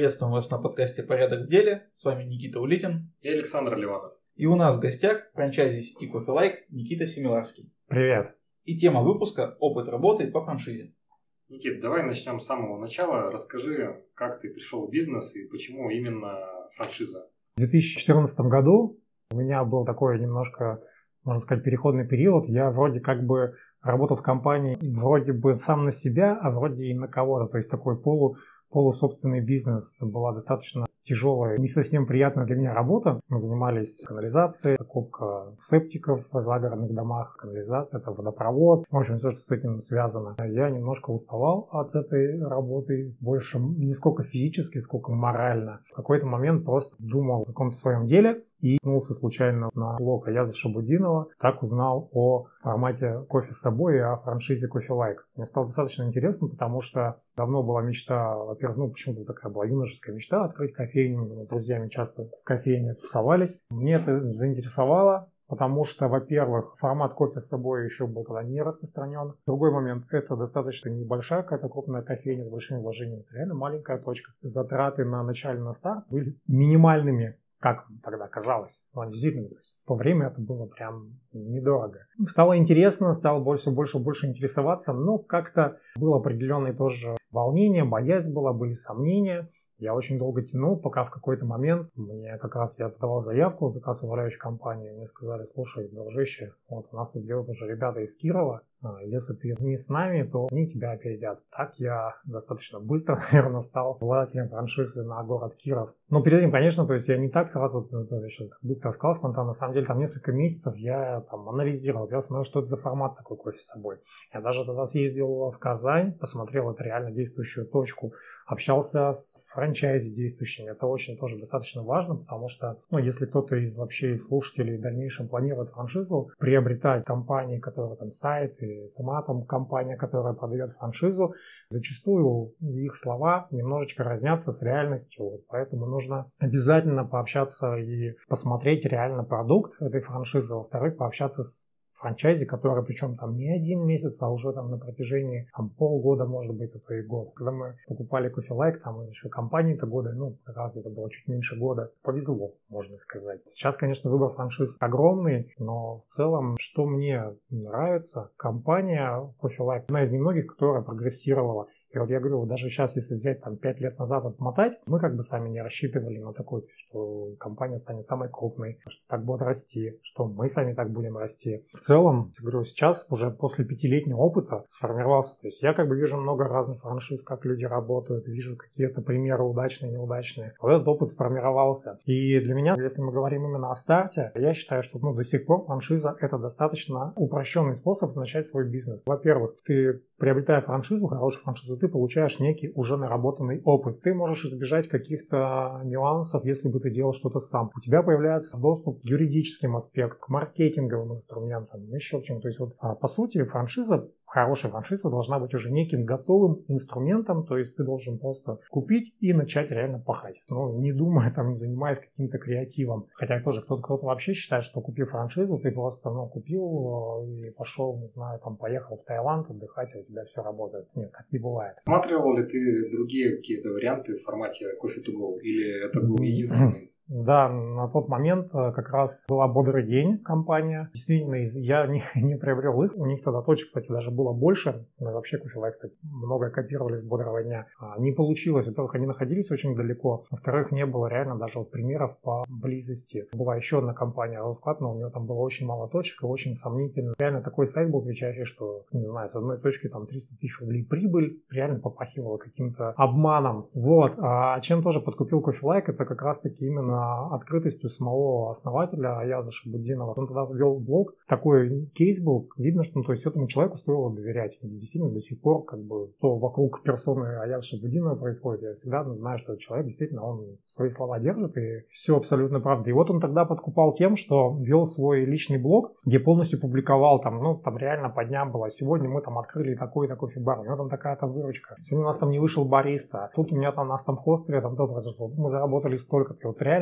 Приветствуем вас на подкасте «Порядок в деле». С вами Никита Улитин и Александр Ливанов. И у нас в гостях франчайзи сети Coffee-like Никита Семиларский. Привет. И тема выпуска – опыт работы по франшизе. Никит, давай начнем с самого начала. Расскажи, как ты пришел в бизнес и почему именно франшиза? В 2014 году у меня был такой немножко, можно сказать, переходный период. Я вроде как бы работал в компании вроде бы сам на себя, а вроде и на кого-то. То есть такой полусобственный бизнес. Это была достаточно тяжелая, не совсем приятная для меня работа. Мы занимались канализацией, покупка септиков в загородных домах, канализация, это водопровод, в общем, все, что с этим связано. Я немножко уставал от этой работы, больше не сколько физически, сколько морально. В какой-то момент просто думал о каком-то своем деле и наткнулся случайно на блог Аяза Шабудинова. Так узнал о формате кофе с собой и о франшизе Coffee-like. Мне стало достаточно интересно, потому что давно была мечта, во-первых, почему-то такая была юношеская мечта открыть кофейню. Мы с друзьями часто в кофейне тусовались. Мне это заинтересовало, потому что, во-первых, формат кофе с собой еще был тогда не распространен. Другой момент, это достаточно небольшая какая-то крупная кофейня с большими вложениями. Это реально маленькая точка. Затраты на начальный старт были минимальными, как тогда казалось. Но действительно, в то время это было прям недорого. Стало интересно, стал больше интересоваться, но как-то было определенное тоже волнение, боязнь была, были сомнения. Я очень долго тянул, пока в какой-то момент я подавал заявку как раз в управляющую компанию. Мне сказали: слушай, дружище, вот у нас тут делают уже ребята из Кирова. Если ты не с нами, то они тебя опередят. Так я достаточно быстро, наверное, стал владельцем франшизы на город Киров. Но перед этим, конечно, то есть я не так сразу, я сейчас быстро сказал, спонтанно. На самом деле, там несколько месяцев я анализировал, я смотрел, что это за формат такой кофе с собой. Я даже тогда съездил в Казань, посмотрел это реально действующую точку, общался с франчайзи действующими. Это очень тоже достаточно важно, потому что, если кто-то из вообще слушателей в дальнейшем планирует франшизу, приобретать компании, которые там сайт и сама там компания, которая продает франшизу, зачастую их слова немножечко разнятся с реальностью. Поэтому нужно обязательно пообщаться и посмотреть реально продукт этой франшизы. Во-вторых, пообщаться с франчайзи, которые причем там не один месяц, а уже там на протяжении полгода, может быть, это и год. Когда мы покупали Coffee-like, там еще компании-то года, как раз где-то было чуть меньше года. Повезло, можно сказать. Сейчас, конечно, выбор франшиз огромный, но в целом, что мне нравится, компания Coffee-like, одна из немногих, которая прогрессировала. И вот я говорю, даже сейчас, если взять 5 лет назад отмотать, мы как бы сами не рассчитывали на такое, что компания станет самой крупной, что так будет расти, что мы сами так будем расти. В целом, я говорю, сейчас уже после 5-летнего опыта сформировался. То есть я как бы вижу много разных франшиз, как люди работают, вижу какие-то примеры удачные, неудачные. Вот этот опыт сформировался. И для меня, если мы говорим именно о старте, я считаю, что до сих пор франшиза — это достаточно упрощенный способ начать свой бизнес. Во-первых, ты, приобретая франшизу, хорошую франшизу, ты получаешь некий уже наработанный опыт. Ты можешь избежать каких-то нюансов, если бы ты делал что-то сам. У тебя появляется доступ к юридическим аспектам, к маркетинговым инструментам, еще к чему-то. То есть по сути, хорошая франшиза должна быть уже неким готовым инструментом, то есть ты должен просто купить и начать реально пахать. Не думая, не занимаясь каким-то креативом. Хотя тоже кто-то вообще считает, что купив франшизу, ты просто купил и пошел, поехал в Таиланд отдыхать, и у тебя все работает. Нет, так не бывает. Рассматривал ли ты другие какие-то варианты в формате Coffee to Go? Или это был единственный? Да, на тот момент как раз была «Бодрый день» компания. Действительно, я не приобрел их. У них тогда точек, кстати, даже было больше. Вообще Coffee-like, кстати, много копировали с «Бодрого дня». Не получилось. Во-первых, они находились очень далеко. Во-вторых, не было реально даже примеров по близости. Была еще одна компания «Росклад», но у нее там было очень мало точек и очень сомнительно. Реально такой сайт был кричащий, что, не знаю, с одной точки 300 тысяч рублей прибыль. Реально попахивало каким-то обманом. А чем тоже подкупил Coffee-like, это как раз-таки именно открытостью самого основателя Аяза Шабудинова. Он тогда ввел блог, такой кейс был, видно, что этому человеку стоило доверять. И действительно, до сих пор, что вокруг персоны Аяза Шабудинова происходит, я всегда знаю, что этот человек действительно, он свои слова держит, и все абсолютно правда. И вот он тогда подкупал тем, что ввел свой личный блог, где полностью публиковал там реально по дням было. Сегодня мы открыли такой-то кофе-бар, у него такая-то выручка. Сегодня у нас не вышел бариста, тут у меня нас хостели, то произошло, мы заработали столько-то. И вот реально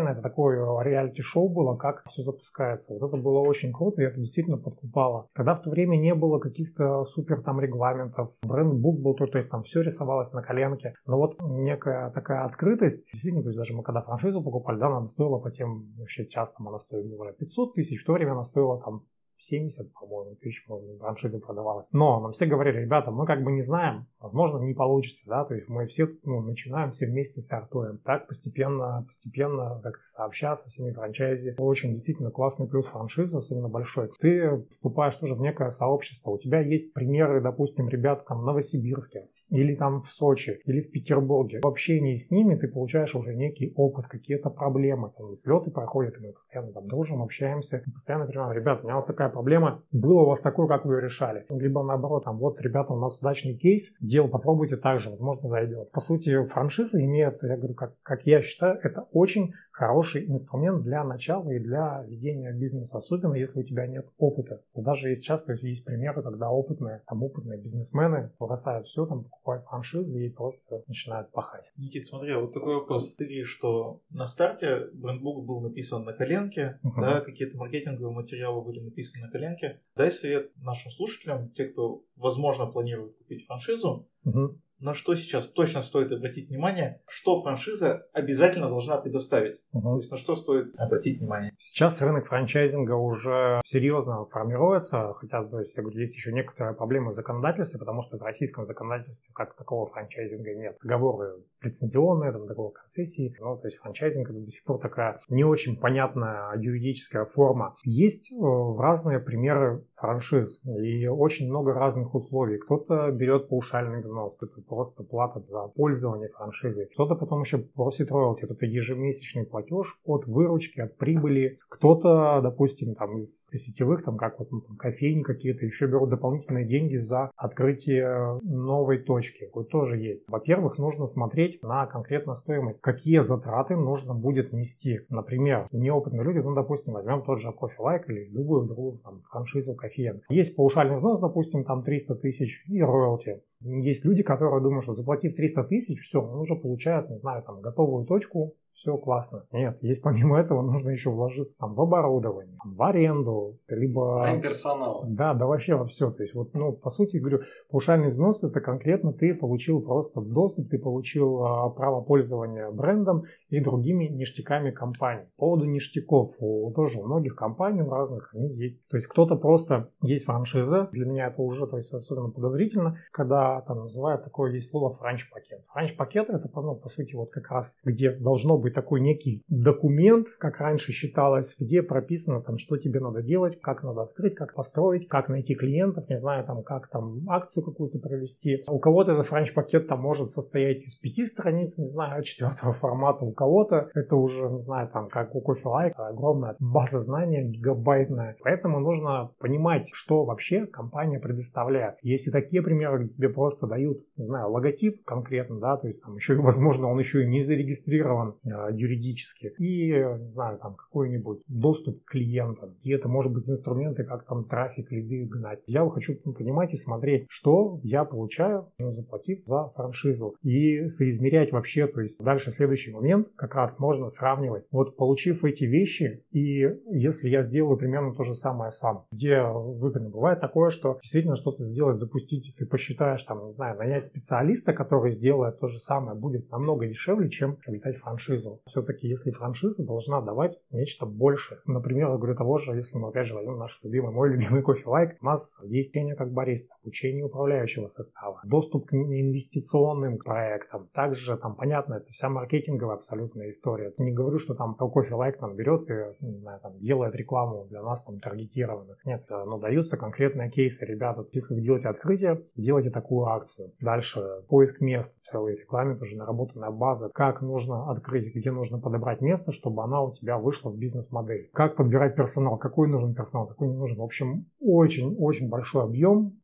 постоянно это такое реалити-шоу было, как все запускается. Вот это было очень круто, и это действительно подкупало. Тогда в то время не было каких-то супер там регламентов. Брендбук был, то есть там все рисовалось на коленке. Но вот некая такая открытость, действительно, то есть даже мы когда франшизу покупали, да, она стоила по тем, вообще часто она стоит, говорят, 500 тысяч, в то время она стоила там 70, по-моему, тысяч, франшиза продавалась. Но нам все говорили, ребята, мы как бы не знаем, возможно, не получится, да, то есть мы все начинаем, все вместе стартуем. Так постепенно как-то сообща со всеми франчайзи. Очень действительно классный плюс франшизы, особенно большой. Ты вступаешь тоже в некое сообщество. У тебя есть примеры, допустим, ребят там в Новосибирске, или там в Сочи, или в Петербурге. В общении с ними ты получаешь уже некий опыт, какие-то проблемы, там слеты проходят, и мы постоянно там дружим, общаемся, и постоянно понимаем, ребята, у меня вот такая проблема, было у вас такое, как вы ее решали. Либо наоборот, там, вот, ребята, у нас удачный кейс, попробуйте так же, возможно, зайдет. По сути, франшиза имеет, я говорю, как я считаю, это очень хороший инструмент для начала и для ведения бизнеса, особенно если у тебя нет опыта. Даже сейчас есть примеры, когда опытные бизнесмены бросают все, там, покупают франшизы и просто начинают пахать. Никит, смотри, вот такой вопрос. Ты говоришь, что на старте брендбук был написан на коленке, да, какие-то маркетинговые материалы были написаны на коленке. Дай совет нашим слушателям, те, кто, возможно, планирует купить франшизу, на что сейчас точно стоит обратить внимание, что франшиза обязательно должна предоставить. То есть на что стоит обратить внимание. Сейчас рынок франчайзинга уже серьезно формируется, хотя, то есть, я говорю, есть еще некоторые проблемы в законодательстве, потому что в российском законодательстве как такового франчайзинга нет. Договоры лицензионные, там, договор концессии, то есть франчайзинг это до сих пор такая не очень понятная юридическая форма. Есть разные примеры франшиз и очень много разных условий. Кто-то берет паушальный взнос, кто-то просто плата за пользование франшизой. Кто-то потом еще просит роялти, это ежемесячный платеж от выручки, от прибыли. Кто-то, допустим, там из сетевых, там как вот кофейни какие-то, еще берут дополнительные деньги за открытие новой точки. Вот тоже есть. Во-первых, нужно смотреть на конкретно стоимость, какие затраты нужно будет нести. Например, неопытные люди, допустим, возьмем тот же Coffee Like или любую другую франшизу кофеен. Есть паушальный взнос, допустим, там 300 тысяч и роялти. Есть люди, которые думают, что заплатив 300 тысяч, все, он уже получает, не знаю, там, готовую точку, все классно. Нет, есть помимо этого нужно еще вложиться там в оборудование, в аренду, либо... Найм персонала. Да, вообще во все. То есть вот, по сути, говорю, паушальный взнос это конкретно ты получил просто доступ, ты получил право пользования брендом и другими ништяками компании. По поводу ништяков, тоже у многих компаний разных они есть. То есть кто-то просто есть франшиза, для меня это уже, то есть особенно подозрительно, когда там называют такое, есть слово франч-пакет. Франч-пакет это, по сути, вот как раз где должно быть такой некий документ, как раньше считалось, где прописано там, что тебе надо делать, как надо открыть, как построить, как найти клиентов, не знаю, там, как там акцию какую-то провести. У кого-то этот франч-пакет там может состоять из 5 страниц, не знаю, 4 формата, у кого-то это уже, не знаю, там, как у Coffee Like, огромная база знаний, гигабайтная. Поэтому нужно понимать, что вообще компания предоставляет. Есть и такие примеры, где тебе просто дают, не знаю, логотип конкретно, да, то есть там еще, возможно, он еще и не зарегистрирован юридически. И, не знаю, там какой-нибудь доступ к клиентам. И это может быть инструменты, как там трафик, лиды гнать. Я хочу понимать и смотреть, что я получаю, заплатив за франшизу. И соизмерять вообще, то есть дальше следующий момент, как раз можно сравнивать. Вот получив эти вещи, и если я сделаю примерно то же самое сам, где выгодно. Бывает такое, что действительно что-то сделать, запустить, ты посчитаешь, там, не знаю, нанять специалиста, который сделает то же самое, будет намного дешевле, чем приобретать франшизу. Все-таки, если франшиза должна давать нечто большее. Например, я говорю того же, если мы опять же возьмем мой любимый Coffee Like, у нас есть тренинг как бариста, обучение управляющего состава, доступ к инвестиционным проектам. Также там, понятно, это вся маркетинговая абсолютная история. Я не говорю, что там Coffee Like там берет и, не знаю, там делает рекламу для нас там таргетированно. Нет, но даются конкретные кейсы. Ребята, если вы делаете открытие, делайте такую акцию. Дальше поиск мест, целый рекламент, уже наработанная база, как нужно открыть, где нужно подобрать место, чтобы она у тебя вышла в бизнес-модель. Как подбирать персонал, какой нужен персонал, какой не нужен. В общем, очень-очень большой объем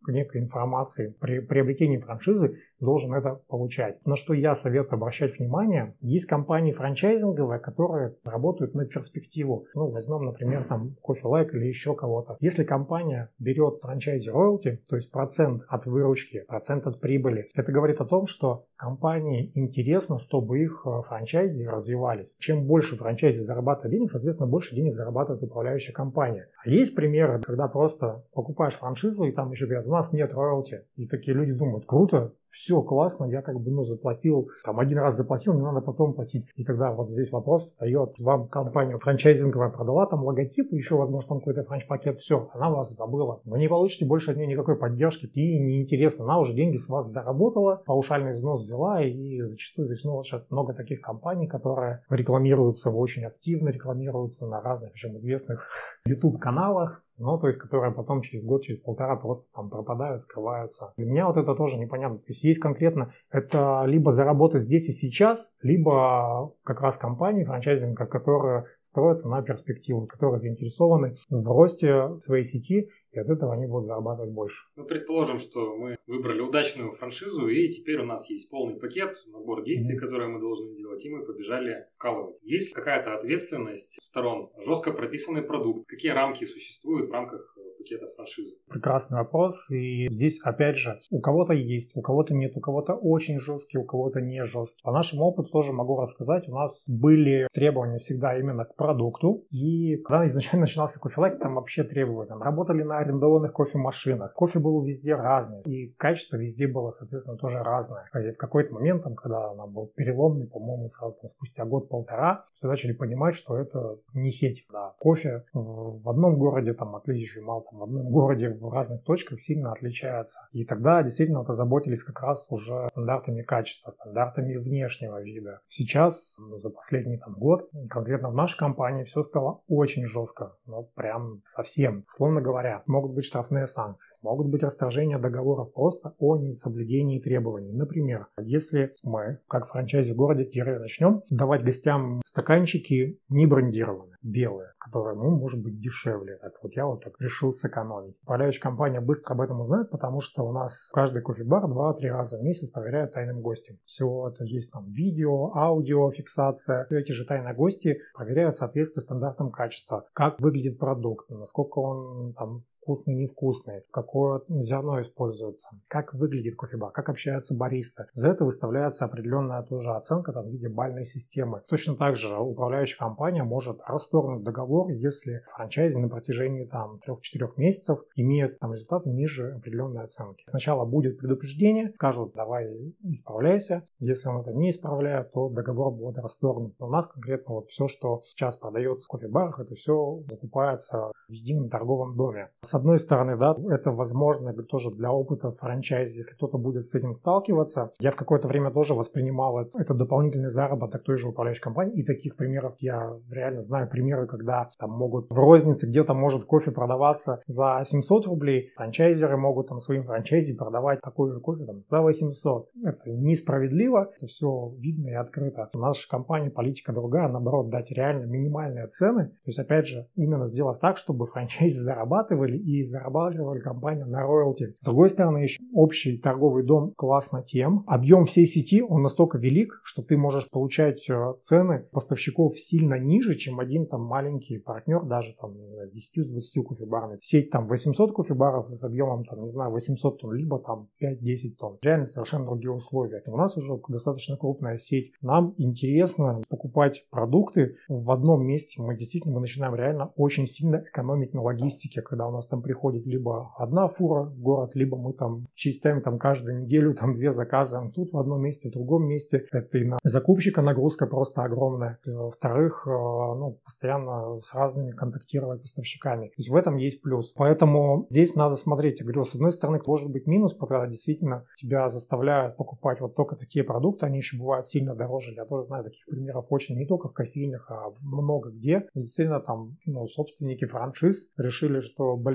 некой информации. При приобретении франшизы должен это получать. На что я советую обращать внимание, есть компании франчайзинговые, которые работают на перспективу. Возьмем, например, там Coffee Like или еще кого-то. Если компания берет франчайзи роялти, то есть процент от выручки, процент от прибыли, это говорит о том, что компании интересно, чтобы их франчайзи развивались. Чем больше франчайзи зарабатывает денег, соответственно, больше денег зарабатывает управляющая компания. А есть примеры, когда просто покупаешь франшизу и там еще говорят, у нас нет роялти. И такие люди думают, круто, все классно, я заплатил, один раз заплатил, не надо потом платить. И тогда вот здесь вопрос встает, вам компания франчайзинговая продала там логотип, еще, возможно, там какой-то франч-пакет, все, она вас забыла. Вы не получите больше от нее никакой поддержки, и неинтересно, она уже деньги с вас заработала, паушальный взнос взяла, и зачастую, сейчас много таких компаний, которые рекламируются, очень активно рекламируются на разных, причем известных YouTube-каналах, которые потом через год, через полтора просто там пропадают, скрываются. Для меня вот это тоже непонятно. То есть конкретно это либо заработать здесь и сейчас, либо как раз компании франчайзинга, которые строятся на перспективу, которые заинтересованы в росте своей сети, и от этого они будут зарабатывать больше. Предположим, что мы выбрали удачную франшизу, и теперь у нас есть полный пакет, набор действий, которые мы должны делать, и мы побежали вкалывать. Есть какая-то ответственность сторон, жестко прописанный продукт, какие рамки существуют в рамках пакета франшизы? Прекрасный вопрос, и здесь опять же у кого-то есть, у кого-то нет, у кого-то очень жесткий, у кого-то не жесткий. По нашему опыту тоже могу рассказать, у нас были требования всегда именно к продукту, и когда изначально начинался Coffee Like, там вообще требования, работали на арендованных кофемашинах. Кофе был везде разный, и качество везде было, соответственно, тоже разное. И в какой-то момент, когда она был переломный, по-моему, сразу спустя год-полтора, все начали понимать, что это не сеть. Да. Кофе в одном городе, отличий мало, в одном городе в разных точках сильно отличается. И тогда действительно озаботились как раз уже стандартами качества, стандартами внешнего вида. Сейчас, за последний год, конкретно в нашей компании все стало очень жестко, прям совсем. Условно говоря, могут быть штрафные санкции, могут быть расторжения договоров просто о несоблюдении требований. Например, если мы, как франчайзи в городе первые начнем давать гостям стаканчики не брендированные, белые, которые, может быть, дешевле. Я решил сэкономить. Управляющая компания быстро об этом узнает, потому что у нас каждый кофе-бар 2-3 раза в месяц проверяют тайным гостем. Все это есть видео, аудио, фиксация. Эти же тайные гости проверяют соответствие стандартам качества. Как выглядит продукт, насколько он вкусный, невкусный, какое зерно используется, как выглядит кофе-бар, как общается бариста. За это выставляется определенная тоже оценка в виде бальной системы. Точно так же управляющая компания может расторгнуть договор, если франчайзи на протяжении 3-4 месяцев имеет результаты ниже определенной оценки. Сначала будет предупреждение, скажут, давай исправляйся. Если он это не исправляет, то договор будет расторгнут. У нас конкретно все, что сейчас продается в кофе-барах, это все закупается в едином торговом доме. С одной стороны, это возможно тоже для опыта франчайзи, если кто-то будет с этим сталкиваться. Я в какое-то время тоже воспринимал это дополнительный заработок той же управляющей компании, и таких примеров я реально знаю. Примеры, когда могут в рознице где-то может кофе продаваться за 700 рублей, франчайзеры могут своим франчайзи продавать такой же кофе за 800. Это несправедливо, это все видно и открыто. У нашей компании политика другая, наоборот, дать реально минимальные цены. То есть, опять же, именно сделав так, чтобы франчайзи зарабатывали и зарабатывали компания на роялти. С другой стороны, еще общий торговый дом классно тем. Объем всей сети, он настолько велик, что ты можешь получать цены поставщиков сильно ниже, чем один маленький партнер, даже с 10-20 кофебарами. Сеть 800 кофебаров с объемом 800 тонн, либо 5-10 тонн. Реально совершенно другие условия. У нас уже достаточно крупная сеть. Нам интересно покупать продукты в одном месте. Мы начинаем реально очень сильно экономить на логистике, когда у нас приходит либо одна фура в город, либо мы частями каждую неделю 2 заказываем тут в одном месте, в другом месте. Это и на закупщика нагрузка просто огромная. Во-вторых, постоянно с разными контактировать поставщиками. То есть в этом есть плюс. Поэтому здесь надо смотреть. Я говорю, с одной стороны, может быть минус, когда действительно тебя заставляют покупать только такие продукты, они еще бывают сильно дороже. Я тоже знаю таких примеров очень, не только в кофейнях, а много где. И действительно собственники франшиз решили, что,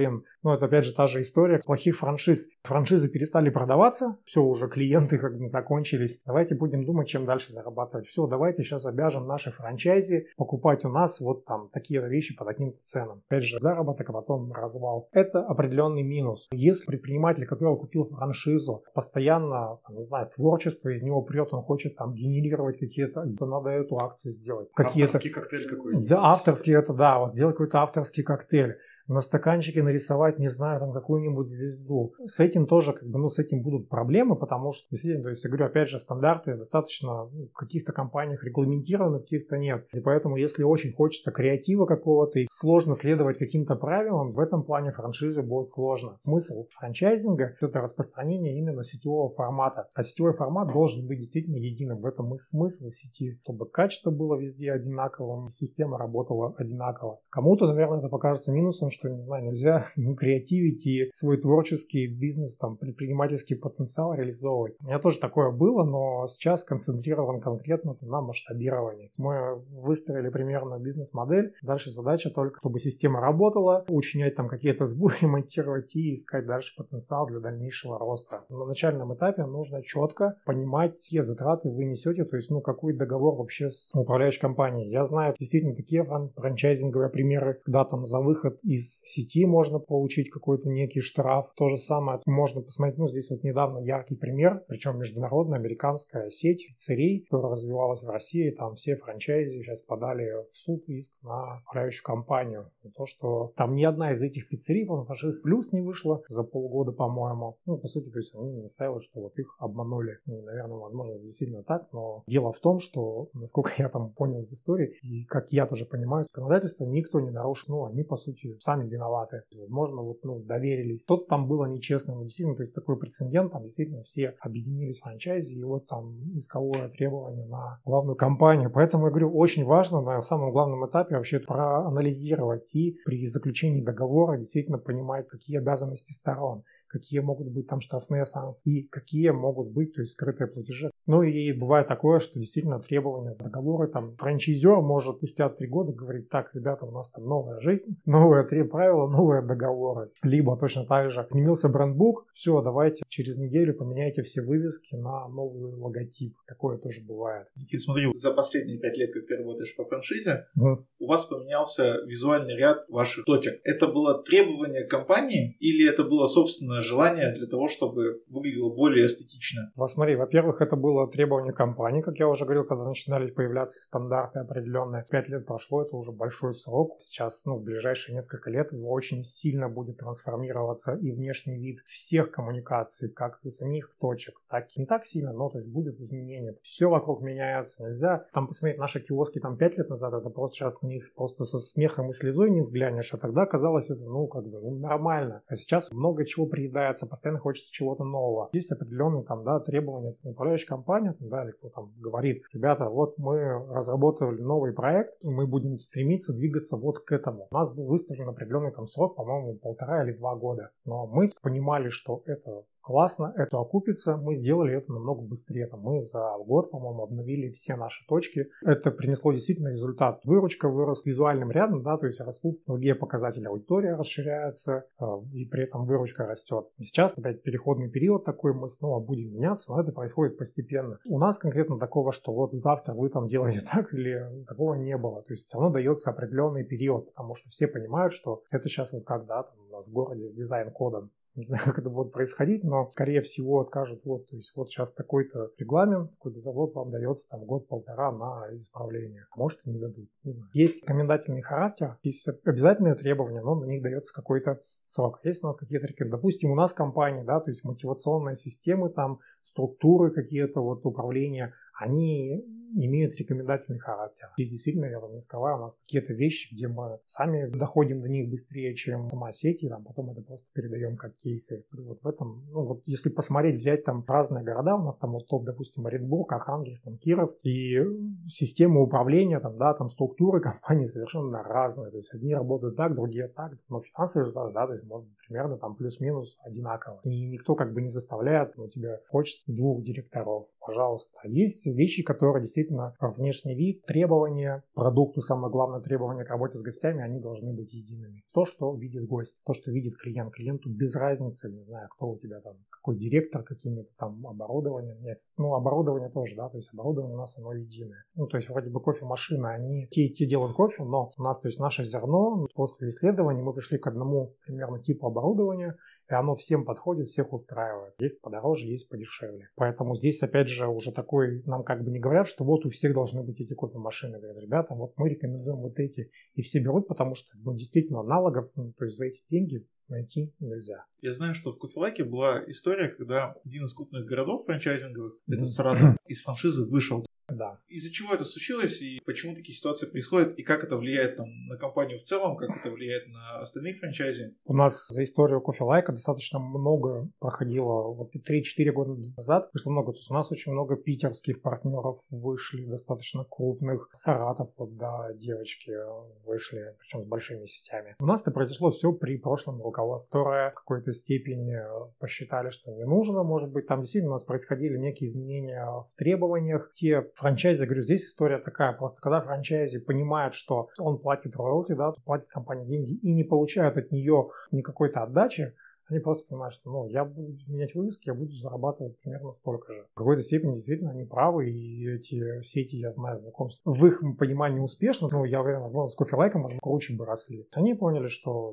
блин, ну это опять же та же история плохих франшиз. Франшизы перестали продаваться, все, уже клиенты как бы закончились. Давайте будем думать, чем дальше зарабатывать. Все, давайте сейчас обяжем наши франчайзи покупать у нас вот там такие вещи по таким ценам. Опять же, заработок, а потом развал. Это определенный минус. Если предприниматель, который купил франшизу, постоянно, там, не знаю, творчество из него прет, он хочет там генерировать какие-то, то надо эту акцию сделать. Авторский коктейль какой-нибудь. Да, авторский это да, вот делать какой-то авторский коктейль. На стаканчике нарисовать, не знаю, там какую-нибудь звезду. С этим тоже, как бы, ну, с этим будут проблемы, потому что, действительно, то есть, я говорю, опять же, стандарты достаточно в каких-то компаниях регламентированы, в каких-то нет. И поэтому, если очень хочется креатива какого-то и сложно следовать каким-то правилам, в этом плане франшизе будет сложно. Смысл франчайзинга – это распространение именно сетевого формата. А сетевой формат должен быть действительно единым. В этом и смысл сети, чтобы качество было везде одинаковым, система работала одинаково. Кому-то, наверное, это покажется минусом, что, не знаю, нельзя креативить и свой творческий бизнес, там, предпринимательский потенциал реализовывать. У меня тоже такое было, но сейчас концентрирован конкретно на масштабировании. Мы выстроили примерно бизнес-модель. Дальше задача только, чтобы система работала, учинять там какие-то сбои, монтировать и искать дальше потенциал для дальнейшего роста. На начальном этапе нужно четко понимать, какие затраты вы несете, то есть, ну, какой договор вообще с управляющей компанией. Я знаю действительно такие франчайзинговые примеры, когда там за выход из сети можно получить какой-то некий штраф. То же самое можно посмотреть, ну, здесь вот недавно яркий пример, причем международная американская сеть пиццерий, которая развивалась в России, там все франчайзи сейчас подали в суд иск на управляющую компанию. За то, что там ни одна из этих пиццерий, франшиз плюс не вышла за полгода, по-моему. Ну, по сути, то есть они настаивают, что вот их обманули. Ну, наверное, возможно, действительно так, но дело в том, что, насколько я там понял из истории, и как я тоже понимаю, законодательство никто не нарушил. Ну, они, по сути, сами виноваты. Возможно, вот, ну, доверились. Что-то там было нечестно, но действительно, то есть такой прецедент, там действительно все объединились в франчайзи, и вот там исковое требование на главную компанию. Поэтому, я говорю, очень важно на самом главном этапе вообще проанализировать и при заключении договора действительно понимать, какие обязанности сторон, какие могут быть там штрафные санкции и какие могут быть, то есть, скрытые платежи. Ну и бывает такое, что действительно требования договора, там франчайзер может спустя 3 года говорить: так, ребята, у нас там новая жизнь, новые 3 правила, новые договоры. Либо точно так же сменился брендбук, все, давайте через неделю поменяйте все вывески на новый логотип. Такое тоже бывает. Никита, смотри, за последние 5 лет, как ты работаешь по франшизе, у вас поменялся визуальный ряд ваших точек. Это было требование компании или это было собственное желание для того, чтобы выглядело более эстетично? Вот смотри, во-первых, это было требование компании, как я уже говорил, когда начинали появляться стандарты определенные. 5 лет прошло, это уже большой срок. Сейчас, ну, в ближайшие несколько лет очень сильно будет трансформироваться и внешний вид всех коммуникаций, как и самих точек, так и не так сильно, но то есть будет изменение. Все вокруг меняется, нельзя. Там посмотреть наши киоски там 5 лет назад, это просто сейчас на них просто со смехом и слезой не взглянешь, а тогда казалось это, ну, как бы, ну, нормально. А сейчас много чего приедается, постоянно хочется чего-то нового. Есть определенные там, да, требования управляющей компании, да, или кто там говорит: ребята, вот мы разработали новый проект, и мы будем стремиться двигаться вот к этому. У нас был выставлен определенный там срок, по-моему, 1,5 или 2 года. Но мы понимали, что это классно, это окупится, мы сделали это намного быстрее. Мы за год, по-моему, обновили все наши точки. Это принесло действительно результат. Выручка выросла визуальным рядом, да, то есть растут другие показатели, аудитория расширяется, и при этом выручка растет. И сейчас опять переходный период такой, мы снова будем меняться, но это происходит постепенно. У нас конкретно такого, что вот завтра вы там делаете так, или такого не было. То есть все равно дается определенный период, потому что все понимают, что это сейчас вот как, да, там у нас в городе с дизайн-кодом. Не знаю, как это будет происходить, но, скорее всего, скажут: вот, то есть вот сейчас такой-то регламент, такой-то завод вам дается там год-полтора на исправление. А может, и не дадут, не знаю. Есть рекомендательный характер, есть обязательные требования, но на них дается какой-то срок. Есть у нас какие-то, допустим, у нас компании, да, то есть мотивационные системы, там, структуры какие-то, вот, управления, они имеют рекомендательный характер. Здесь действительно, я вам не скрываю, у нас какие-то вещи, где мы сами доходим до них быстрее, чем сама сеть, и там потом это просто передаем как кейсы. Вот в этом, ну вот если посмотреть, взять там разные города, у нас там вот топ, допустим, Оренбург, Архангельск, там Киров, и системы управления, там, да, там структуры компании совершенно разные. То есть одни работают так, другие так, но финансовые результаты, да, то есть можно примерно там плюс-минус одинаково. И никто как бы не заставляет, ну, тебя хочется хочется 2 директоров, пожалуйста. Есть вещи, которые действительно внешний вид, требования к продукту, самое главное требование к работе с гостями, они должны быть едиными. То, что видит гость, то, что видит клиент. Клиенту без разницы, не знаю, кто у тебя там, какой директор, какими-то там оборудованием. Нет, оборудование тоже, да, то есть оборудование у нас оно единое. То есть вроде бы кофемашины, они те делают кофе, но у нас, то есть наше зерно, после исследований мы пришли к одному примерно типу оборудования, и оно всем подходит, всех устраивает. Есть подороже, есть подешевле. Поэтому здесь, опять же, уже такой, нам как бы не говорят, что вот у всех должны быть эти кофемашины. Говорят, ребята, вот мы рекомендуем вот эти. И все берут, потому что действительно аналогов, то есть за эти деньги найти нельзя. Я знаю, что в Кофелайке была история, когда один из крупных городов франчайзинговых, это Саратов, из франшизы вышел. Да. Из-за чего это случилось и почему такие ситуации происходят, и как это влияет там, на компанию в целом, как это влияет на остальные франчайзи? У нас за историю Кофелайка достаточно много проходило. Вот 3-4 года назад вышло много. То есть у нас очень много питерских партнеров вышли, достаточно крупных. Саратов, вот, да, девочки вышли, причем с большими сетями. У нас это произошло все при прошлом руководстве, которое в какой-то степени посчитали, что не нужно, может быть. Там действительно у нас происходили некие изменения в требованиях. Те франчайзи, говорю, здесь история такая, просто когда франчайзи понимает, что он платит роялти, да, платит компании деньги и не получает от нее никакой-то отдачи, они просто понимают, что я буду менять вывески, я буду зарабатывать примерно столько же. В какой-то степени действительно они правы, и эти сети, я знаю, знакомств в их понимании успешно, я уверен, возможно, с Кофелайком круче бы росли. Они поняли, что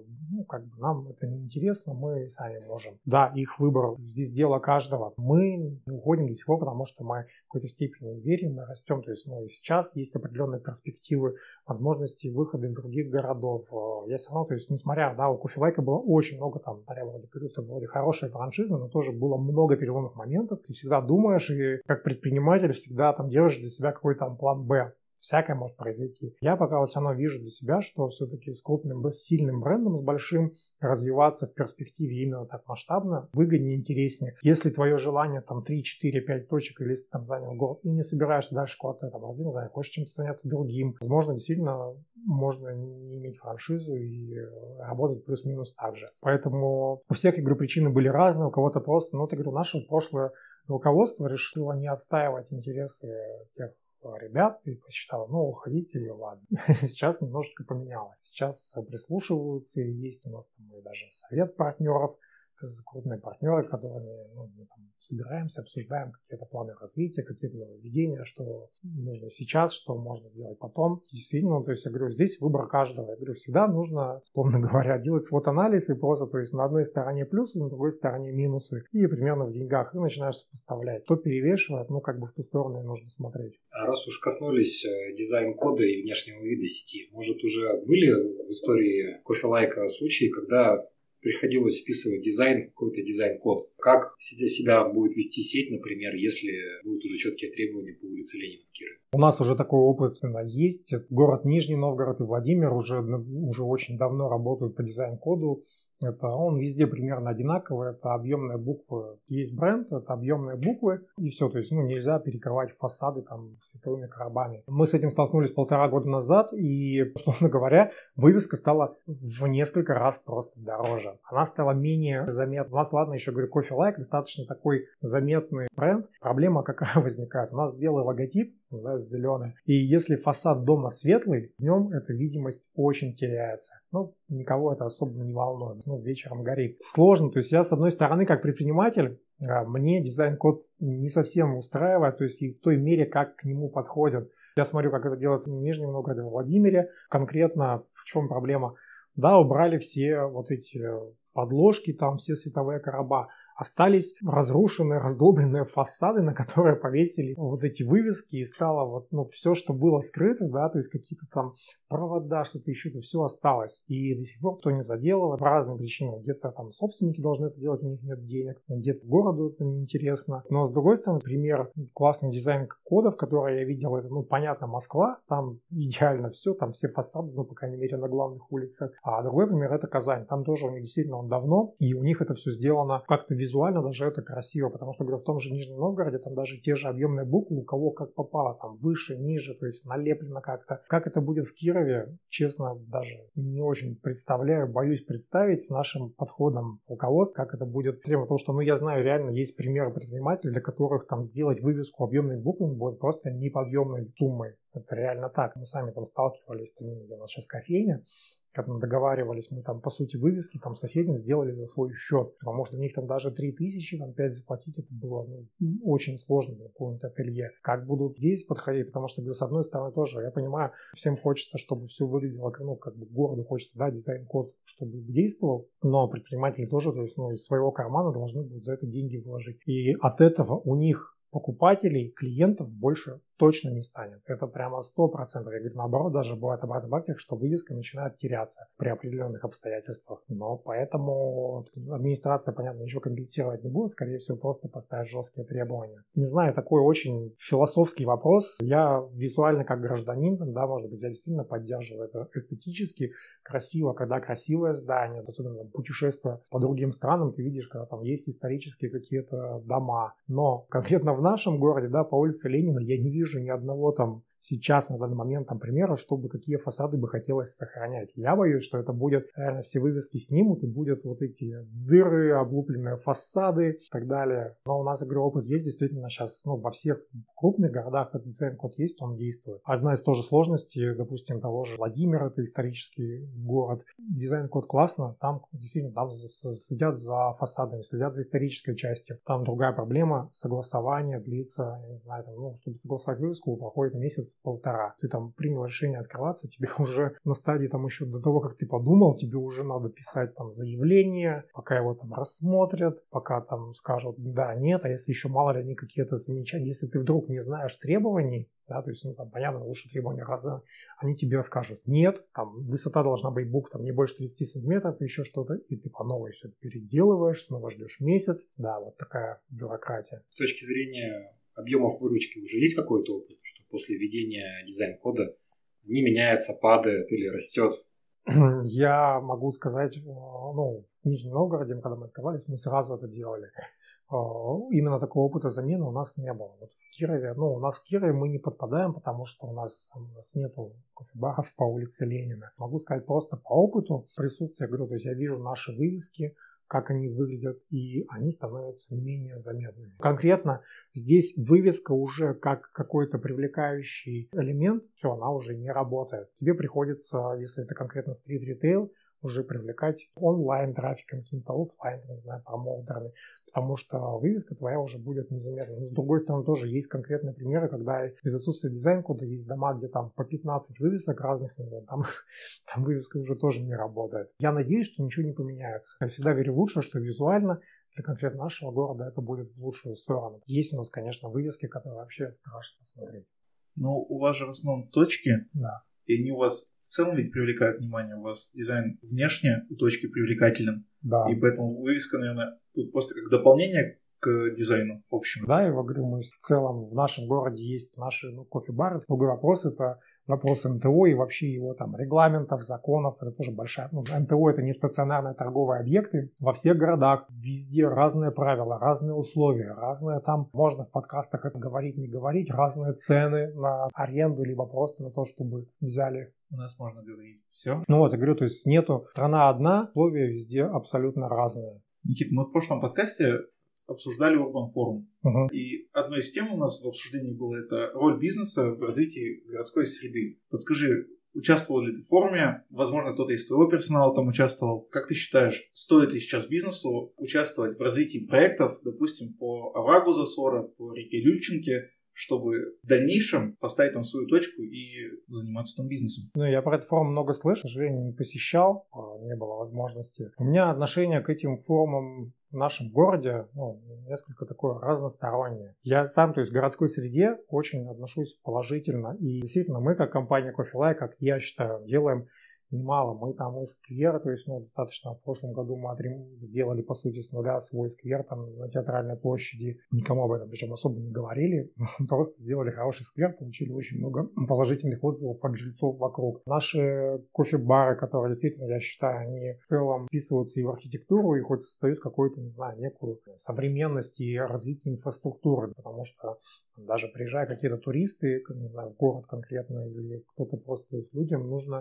нам это неинтересно, мы сами можем. Да, их выбор, здесь дело каждого. Мы не уходим до сих пор, потому что мы в какой-то степени верим, мы растем. То есть, и сейчас есть определенные перспективы, возможности выхода из других городов. Я все равно, то есть, несмотря, у Кофелайка было очень много там, это вроде хорошая франшиза, но тоже было много переломных моментов. Ты всегда думаешь, и как предприниматель всегда там держишь для себя какой-то там план «Б». Всякое может произойти. Я пока все равно вижу для себя, что все-таки с крупным, с сильным брендом, с большим, развиваться в перспективе именно так масштабно, выгоднее, интереснее. Если твое желание там 3, 4, 5 точек, или если ты там занял город и не собираешься дальше куда-то там развить, не знаю, хочешь чем-то заняться другим, возможно, действительно можно не иметь франшизу и работать плюс-минус так же. Поэтому у всех, я говорю, причины были разные, у кого-то просто, я говорю, наше прошлое руководство решило не отстаивать интересы тех ребят и посчитала, уходите, и ладно. Сейчас немножечко поменялось. Сейчас прислушиваются, и есть у нас там и даже совет партнеров, крупные партнеры, которыми мы там собираемся, обсуждаем какие-то планы развития, какие-то нововведения, что нужно сейчас, что можно сделать потом. Действительно, то есть я говорю, здесь выбор каждого. Я говорю, всегда нужно, условно говоря, делать свод-анализ и просто, то есть на одной стороне плюсы, на другой стороне минусы. И примерно в деньгах и начинаешь сопоставлять. Кто перевешивает, в ту сторону и нужно смотреть. А раз уж коснулись дизайн-кода и внешнего вида сети, может уже были в истории Кофелайка случаи, когда приходилось вписывать дизайн в какой-то дизайн-код? Как себя будет вести сеть, например, если будут уже четкие требования по улице Ленина в Кирове? У нас уже такой опыт есть. Город Нижний Новгород и Владимир уже очень давно работают по дизайн-коду. Он везде примерно одинаковый, это объемные буквы. Есть бренд, это объемные буквы, и все. То есть нельзя перекрывать фасады там световыми коробами. Мы с этим столкнулись 1,5 года назад, и, условно говоря, вывеска стала в несколько раз просто дороже. Она стала менее заметной. У нас, ладно, еще говорю, Кофелайк достаточно такой заметный бренд. Проблема какая возникает? У нас белый логотип, зеленый. И если фасад дома светлый, днем эта видимость очень теряется. Никого это особо не волнует. Вечером горит. Сложно. То есть я, с одной стороны, как предприниматель, мне дизайн-код не совсем устраивает, то есть и в той мере, как к нему подходят. Я смотрю, как это делается в Нижнем Новгороде, в Владимире. Конкретно в чем проблема? Да, убрали все вот эти подложки, там все световые короба. Остались разрушенные, раздолбленные фасады, на которые повесили вот эти вывески, и стало все, что было скрыто, да, то есть какие-то там провода, что-то еще, это все осталось. И до сих пор кто не заделывает, по разным причинам. Где-то там собственники должны это делать, у них нет денег, где-то городу это неинтересно. Но с другой стороны, пример классный дизайн кодов, который я видел, это, понятно, Москва, там идеально все, там все фасады, по крайней мере, на главных улицах. А другой пример это Казань, там тоже у них действительно он давно, и у них это все сделано как-то визуально визуально даже это красиво, потому что, говорю, в том же Нижнем Новгороде там даже те же объемные буквы у кого как попало, там выше, ниже, то есть налеплено как-то. Как это будет в Кирове, честно, даже не очень представляю, боюсь представить с нашим подходом руководства, как это будет. Потому что, я знаю, реально есть примеры предпринимателей, для которых там сделать вывеску объемными буквами будет просто неподъемной суммой. Это реально так. Мы сами там сталкивались, где у нас сейчас кофейня, как мы договаривались, мы там, по сути, вывески там соседям сделали за свой счет, потому что у них там даже 3000, там 5 заплатить, это было очень сложно для какого-нибудь ателье. Как будут здесь подходить, потому что, с одной стороны, тоже, я понимаю, всем хочется, чтобы все выглядело, городу хочется, дизайн-код, чтобы действовал, но предприниматели тоже, то есть, из своего кармана должны будут за это деньги вложить. И от этого у них покупателей, клиентов больше точно не станет. Это прямо 100%. Я говорю, наоборот, даже бывает обратный фактор, что вывеска начинает теряться при определенных обстоятельствах. Но поэтому администрация, понятно, ничего компенсировать не будет. Скорее всего, просто поставить жесткие требования. Не знаю, такой очень философский вопрос. Я визуально как гражданин, может быть, я действительно поддерживаю это эстетически. Красиво, когда красивое здание, особенно путешествуя по другим странам, ты видишь, когда там есть исторические какие-то дома. Но конкретно в нашем городе, по улице Ленина, я не вижу ни одного там сейчас, на данный момент, примера, чтобы какие фасады бы хотелось сохранять. Я боюсь, что это будет, реально, все вывески снимут, и будут вот эти дыры, облупленные фасады и так далее. Но у нас, я говорю, опыт есть действительно сейчас, во всех крупных городах этот дизайн-код есть, он действует. Одна из тоже сложностей, допустим, того же Владимира, это исторический город. Дизайн-код классно, там действительно там следят за фасадами, следят за исторической частью. Там другая проблема, согласование длится, я не знаю, чтобы согласовать вывеску, проходит месяц-полтора. Ты там принял решение открываться, тебе уже на стадии еще до того, как ты подумал, тебе уже надо писать заявление, пока его рассмотрят, пока скажут да, нет, а если еще мало ли они какие-то замечания, если ты вдруг не знаешь требований, то есть, понятно, лучше требования раза, они тебе скажут нет, высота должна быть букв не больше 30 сантиметров, еще что-то, и ты по новой все переделываешь, снова ждешь месяц, вот такая бюрократия. С точки зрения объемов выручки уже есть какой-то опыт, что после введения дизайн-кода не меняется, падает или растет? Я могу сказать, в Нижнем Новгороде, когда мы открывались, мы сразу это делали. Именно такого опыта замены у нас не было. Вот в Кирове, у нас в Кирове мы не подпадаем, потому что у нас нету кофе-баров по улице Ленина. Могу сказать просто по опыту присутствия, говорю, то есть я вижу наши вывески, как они выглядят, и они становятся менее заметными. Конкретно здесь вывеска уже как какой-то привлекающий элемент, все, она уже не работает. Тебе приходится, если это конкретно стрит-ритейл, уже привлекать онлайн-трафиком, каким-то офлайн, не знаю, промоутерами, потому что вывеска твоя уже будет незаметна. Но с другой стороны, тоже есть конкретные примеры, когда без отсутствия дизайн-кода есть дома, где по 15 вывесок разных, там вывеска уже тоже не работает. Я надеюсь, что ничего не поменяется. Я всегда верю в лучшее, что визуально для конкретно нашего города это будет в лучшую сторону. Есть у нас, конечно, вывески, которые вообще страшно смотреть. У вас же в основном точки. Да. И они у вас в целом ведь привлекают внимание. У вас дизайн внешне у точки привлекателен. Да. И поэтому вывеска, наверное, тут просто как дополнение к дизайну общему. Да, я говорю, мы в целом в нашем городе есть наши кофе-бары. Другой вопрос — это вопрос НТО и вообще его регламентов, законов. Это тоже большая... НТО — это не стационарные торговые объекты. Во всех городах везде разные правила, разные условия, разные можно в подкастах это говорить, не говорить, разные цены на аренду, либо просто на то, чтобы взяли. У нас можно говорить все. Я говорю, то есть нету страна одна, условия везде абсолютно разные. Никита, мы в прошлом подкасте обсуждали Urban Forum. Угу. И одной из тем у нас в обсуждении была это роль бизнеса в развитии городской среды. Подскажи, участвовал ли ты в форуме? Возможно, кто-то из твоего персонала там участвовал. Как ты считаешь, стоит ли сейчас бизнесу участвовать в развитии проектов, допустим, по оврагу Засора, по реке Люльчинке, чтобы в дальнейшем поставить там свою точку и заниматься там бизнесом? Я про этот форум много слышал, к сожалению, не посещал, не было возможности. У меня отношение к этим форумам в нашем городе несколько такое разностороннее. Я сам, то есть в городской среде, очень отношусь положительно. И действительно, мы как компания CoffeeLike, как я считаю, делаем немало. Мы там и сквер, то есть, достаточно в прошлом году мы сделали, по сути, с нуля свой сквер там на Театральной площади. Никому об этом причем особо не говорили. Просто сделали хороший сквер, получили очень много положительных отзывов от жильцов вокруг. Наши кофе-бары, которые действительно, я считаю, они в целом вписываются и в архитектуру, и хоть создают какую-то, не знаю, некую современность и развитие инфраструктуры, потому что даже приезжая какие-то туристы, не знаю, в город конкретно, или кто-то просто, то есть людям нужна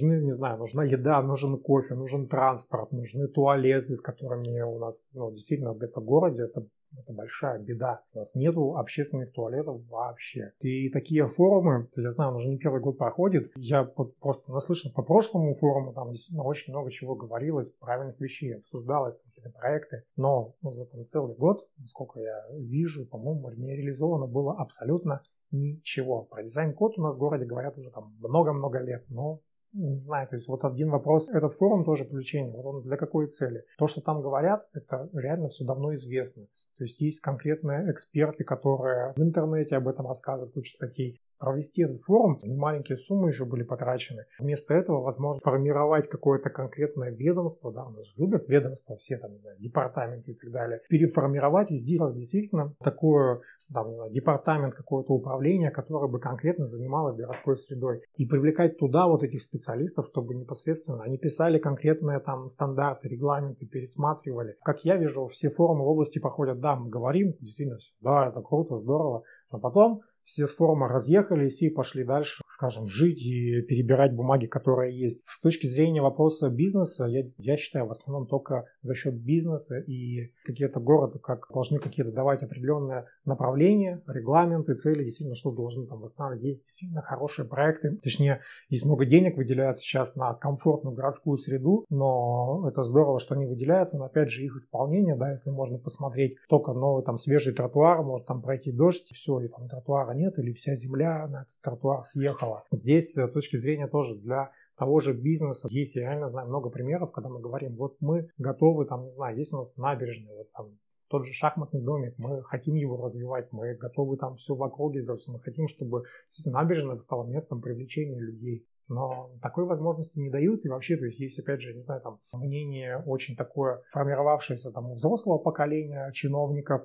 еда, нужен кофе, нужен транспорт, нужны туалеты, с которыми у нас, действительно, в этом городе это большая беда. У нас нету общественных туалетов вообще. И такие форумы, я знаю, он уже не первый год проходит. Я просто наслышан по прошлому форуму, там действительно очень много чего говорилось, правильных вещей, обсуждалось, какие-то проекты. Но за целый год, насколько я вижу, по-моему, не реализовано было абсолютно ничего. Про дизайн-код у нас в городе говорят уже там много-много лет, но не знаю, то есть вот один вопрос, этот форум тоже привлечение, вот он для какой цели? То, что там говорят, это реально все давно известно. То есть есть конкретные эксперты, которые в интернете об этом рассказывают, куча статей. Провести этот форум, немаленькие суммы еще были потрачены. Вместо этого, возможно, формировать какое-то конкретное ведомство, да, у нас же любят ведомства, все там, не знаю, департаменты и так далее, переформировать и сделать действительно такое, там, не знаю, департамент, какое-то управление, которое бы конкретно занималось городской средой. И привлекать туда вот этих специалистов, чтобы непосредственно они писали конкретные там стандарты, регламенты, пересматривали. Как я вижу, все форумы в области проходят, да, мы говорим, действительно, да, это круто, здорово, но потом все с форума разъехались и пошли дальше, скажем, жить и перебирать бумаги, которые есть. С точки зрения вопроса бизнеса, я считаю, в основном только за счет бизнеса и какие-то города как должны какие-то давать определенные направления, регламенты, цели, действительно, что должны там восстанавливать. Есть действительно хорошие проекты, точнее, есть много денег выделяется сейчас на комфортную городскую среду, но это здорово, что они выделяются, но опять же их исполнение, да, если можно посмотреть только новый там свежий тротуар, может там пройти дождь, все, и там тротуара нет, или вся земля на этот тротуар съехала. Здесь с точки зрения тоже для того же бизнеса есть, я реально знаю много примеров, когда мы говорим, вот мы готовы, там, не знаю, есть у нас набережная, вот там тот же шахматный домик, мы хотим его развивать, мы готовы там все в округе сделать, мы хотим, чтобы набережная стала местом привлечения людей. Но такой возможности не дают, и вообще, то есть опять же, не знаю, там мнение очень такое формировавшееся там у взрослого поколения чиновников,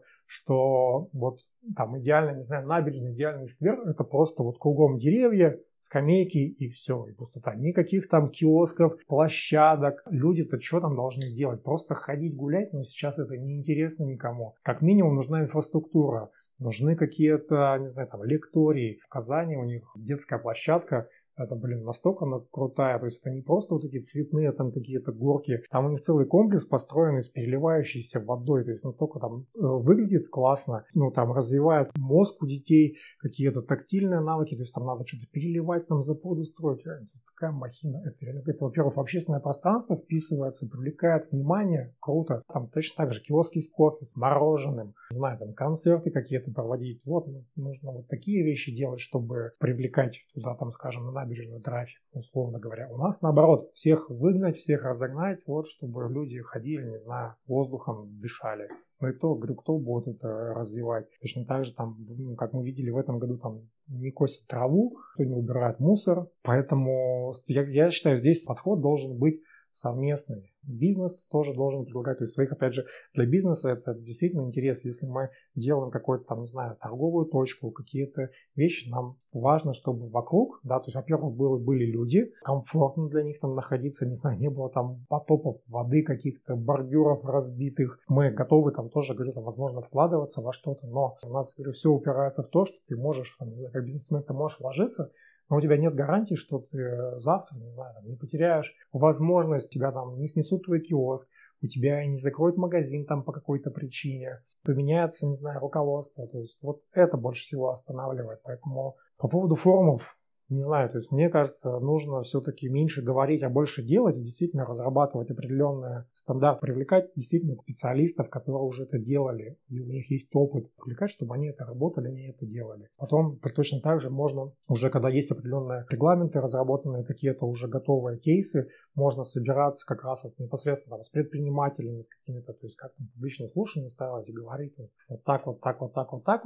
что вот там идеально, не знаю, набережная, идеальный сквер, это просто вот кругом деревья, скамейки и все, и пустота. Никаких там киосков, площадок. Люди-то что там должны делать? Просто ходить гулять, но сейчас это неинтересно никому. Как минимум нужна инфраструктура, нужны какие-то, не знаю, там лектории. В Казани у них детская площадка, это, настолько она крутая, то есть это не просто вот эти цветные там какие-то горки, там у них целый комплекс построенный с переливающейся водой, то есть настолько там выглядит классно, там развивает мозг у детей, какие-то тактильные навыки, то есть там надо что-то переливать, там запруды строить, такая махина, это, во-первых, в общественное пространство вписывается, привлекает внимание, круто, там точно так же киоски с кофе, с мороженым, не знаю, там концерты какие-то проводить, вот нужно вот такие вещи делать, чтобы привлекать туда, там, скажем, на набережную трафик, условно говоря. У нас наоборот, всех выгнать, всех разогнать, вот, чтобы люди ходили, не знаю, воздухом дышали. Ну и кто будет это развивать? Точно так же, там, как мы видели в этом году, там не косят траву, кто не убирает мусор. Поэтому я считаю, здесь подход должен быть совместный. Бизнес тоже должен предлагать, то есть своих, опять же, для бизнеса это действительно интерес. Если мы делаем какую-то там, не знаю, торговую точку, какие-то вещи, нам важно, чтобы вокруг, да, то есть, во-первых, были люди, комфортно для них там находиться, не знаю, не было там потопов воды, каких-то бордюров разбитых. Мы готовы там тоже, говорю, там, возможно, вкладываться во что-то, но у нас, говорю, все упирается в то, что ты можешь, там, не знаю, как бизнесмен ты можешь вложиться, но у тебя нет гарантии, что ты завтра, не знаю, не потеряешь возможность, тебя там не снесут твой киоск, у тебя не закроют магазин там по какой-то причине, поменяется, не знаю, руководство. То есть вот это больше всего останавливает. Поэтому по поводу форумов, не знаю, то есть мне кажется, нужно все-таки меньше говорить, а больше делать и действительно разрабатывать определенный стандарт, привлекать действительно специалистов, которые уже это делали, и у них есть опыт, привлекать, чтобы они это работали, они это делали. Потом точно так же можно, уже когда есть определенные регламенты, разработанные какие-то уже готовые кейсы, можно собираться как раз вот непосредственно там, с предпринимателями, с какими-то, то есть как там публичные слушания устраивать и говорить вот так, вот так, вот так, вот так вот.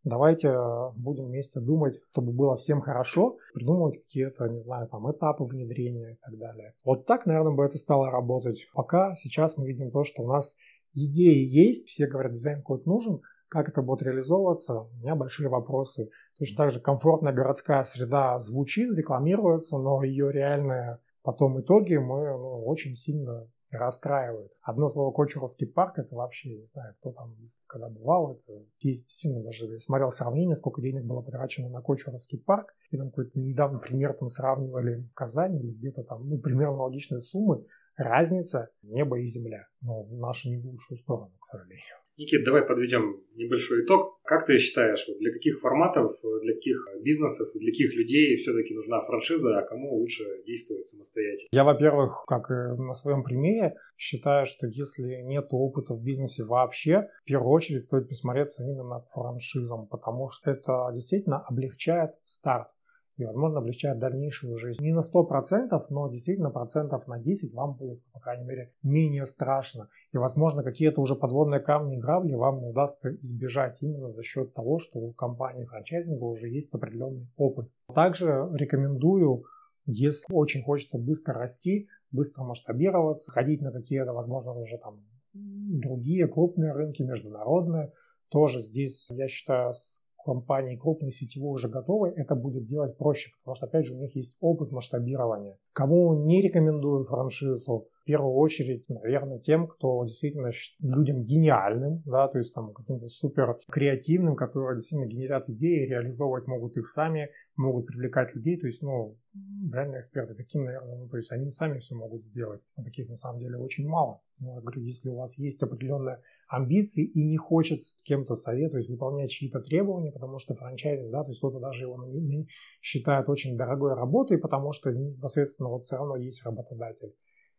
давайте будем вместе думать, чтобы было всем хорошо, придумывать какие-то, не знаю, там этапы внедрения и так далее. Вот так, наверное, бы это стало работать. Пока сейчас мы видим то, что у нас идеи есть, все говорят, дизайн-код нужен, как это будет реализовываться, у меня большие вопросы. Точно так же комфортная городская среда звучит, рекламируется, но ее реальные потом итоги мы очень сильно расстраивают. Одно слово Кочуровский парк, это вообще, не знаю, кто там когда бывал, это есть действительно даже, я смотрел сравнение, сколько денег было потрачено на Кочуровский парк, и там какой-то недавно пример там сравнивали в Казани или где-то там, примерно аналогичные суммы, разница небо и земля, но наша не в лучшую сторону, к сожалению. Никит, давай подведем небольшой итог. Как ты считаешь, для каких форматов, для каких бизнесов, для каких людей все-таки нужна франшиза, а кому лучше действовать самостоятельно? Я, во-первых, как и на своем примере, считаю, что если нет опыта в бизнесе вообще, в первую очередь стоит присмотреться именно над франшизам, потому что это действительно облегчает старт и, возможно, облегчает дальнейшую жизнь. Не на 100%, но действительно процентов на 10 вам будет, по крайней мере, менее страшно. И, возможно, какие-то уже подводные камни и грабли вам удастся избежать именно за счет того, что у компании франчайзинга уже есть определенный опыт. Также рекомендую, если очень хочется быстро расти, быстро масштабироваться, ходить на какие-то, возможно, уже там другие крупные рынки, международные, тоже здесь, я считаю, с компании крупной сетевой уже готовы, это будет делать проще, потому что, опять же, у них есть опыт масштабирования. Кому не рекомендую франшизу, в первую очередь, наверное, тем, кто действительно людям гениальным, да, то есть там каким-то супер креативным, которые действительно генерят идеи, реализовывать могут их сами, могут привлекать людей, то есть, реально эксперты, таким, наверное, то есть они сами все могут сделать, но таких на самом деле очень мало. Но я говорю, если у вас есть определенные амбиции и не хочется с кем-то советовать, выполнять чьи-то требования, потому что франчайзинг, да, то есть кто-то даже его считает очень дорогой работой, потому что непосредственно вот все равно есть работодатель.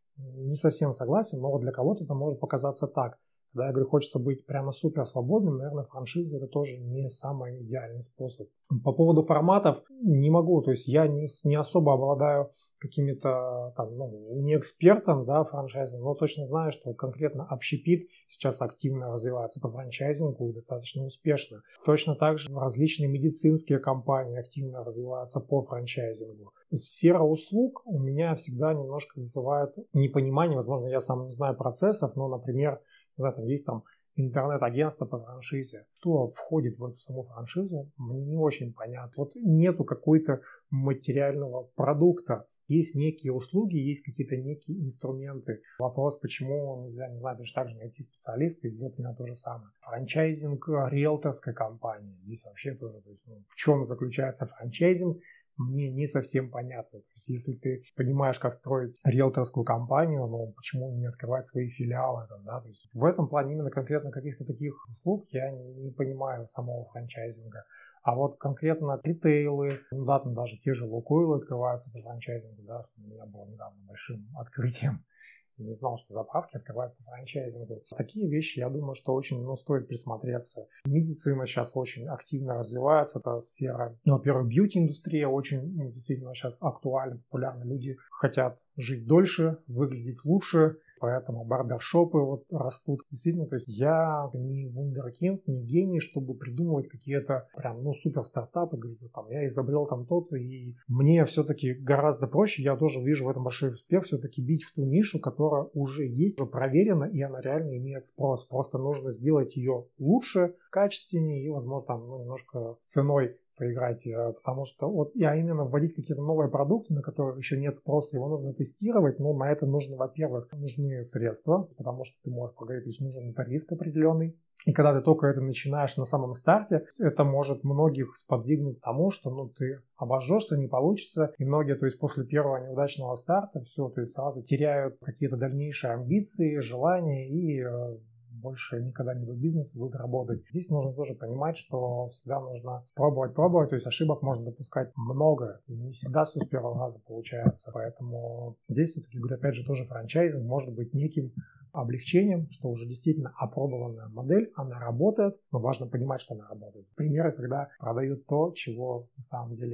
Не совсем согласен, но вот для кого-то это может показаться так. Когда я говорю, хочется быть прямо супер свободным, наверное, франшиза это тоже не самый идеальный способ. По поводу форматов не могу, то есть я не особо обладаю какими-то там, не экспертом, да, франчайзинг, но точно знаю, что конкретно общепит сейчас активно развивается по франчайзингу и достаточно успешно. Точно так же различные медицинские компании активно развиваются по франчайзингу. Сфера услуг у меня всегда немножко вызывает непонимание, возможно, я сам не знаю процессов, но, например, там есть там интернет-агентство по франшизе. Что входит в эту саму франшизу, мне не очень понятно. Вот нету какой-то материального продукта. Есть некие услуги, есть какие-то некие инструменты. Вопрос, почему нельзя, не знаю, точно так же найти специалиста и сделать примерно то же самое. Франчайзинг риэлторской компании. Здесь вообще тоже, то есть, в чем заключается франчайзинг, мне не совсем понятно. То есть, если ты понимаешь, как строить риэлторскую компанию, почему не открывать свои филиалы? Да? То есть, в этом плане именно конкретно каких-то таких услуг я не понимаю самого франчайзинга. А вот конкретно ритейлы, там даже те же Лукойлы открываются по франчайзингу, да, что у меня было недавно большим открытием. Не знал, что заправки открывают по франчайзингу. Такие вещи, я думаю, что очень стоит присмотреться. Медицина сейчас очень активно развивается, эта сфера. Во-первых, бьюти-индустрия очень действительно сейчас актуальна, популярна. Люди хотят жить дольше, выглядеть лучше, поэтому барбершопы растут. Действительно, то есть я не вундеркинд, не гений, чтобы придумывать какие-то прям, супер стартапы. Говорю, я изобрел там то-то, и мне все-таки гораздо проще, я тоже вижу в этом большой успех, все-таки бить в ту нишу, которая уже есть, проверена, и она реально имеет спрос. Просто нужно сделать ее лучше, качественнее и, возможно, немножко ценой поиграть, потому что именно вводить какие-то новые продукты, на которые еще нет спроса, его нужно тестировать, но на это нужно, во-первых, нужны средства, потому что ты можешь поговорить, то есть нужен риск определенный. И когда ты только это начинаешь на самом старте, это может многих сподвигнуть к тому, что ты обожжешься, не получится. И многие, то есть после первого неудачного старта, все, то есть сразу теряют какие-то дальнейшие амбиции, желания и больше никогда не до бизнеса будут работать. Здесь нужно тоже понимать, что всегда нужно пробовать, то есть ошибок можно допускать много, и не всегда все с первого раза получается. Поэтому здесь все-таки, говорю, опять же, тоже франчайзинг может быть неким облегчением, что уже действительно опробованная модель, она работает, но важно понимать, что она работает. Примеры, когда продают то, чего на самом деле нет.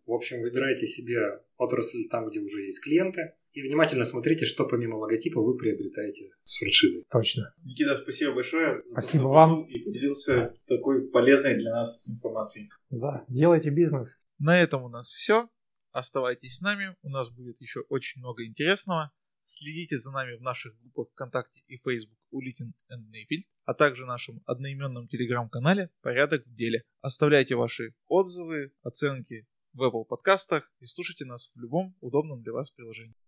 В общем, выбирайте себе отрасль там, где уже есть клиенты, и внимательно смотрите, что помимо логотипа вы приобретаете с франшизой. Точно. Никита, спасибо большое. Спасибо вам. И поделился такой полезной для нас информацией. Да, делайте бизнес. На этом у нас все. Оставайтесь с нами. У нас будет еще очень много интересного. Следите за нами в наших группах ВКонтакте и Facebook Улитин и Нейпель, а также в нашем одноименном телеграм-канале «Порядок в деле». Оставляйте ваши отзывы, оценки в Apple подкастах и слушайте нас в любом удобном для вас приложении.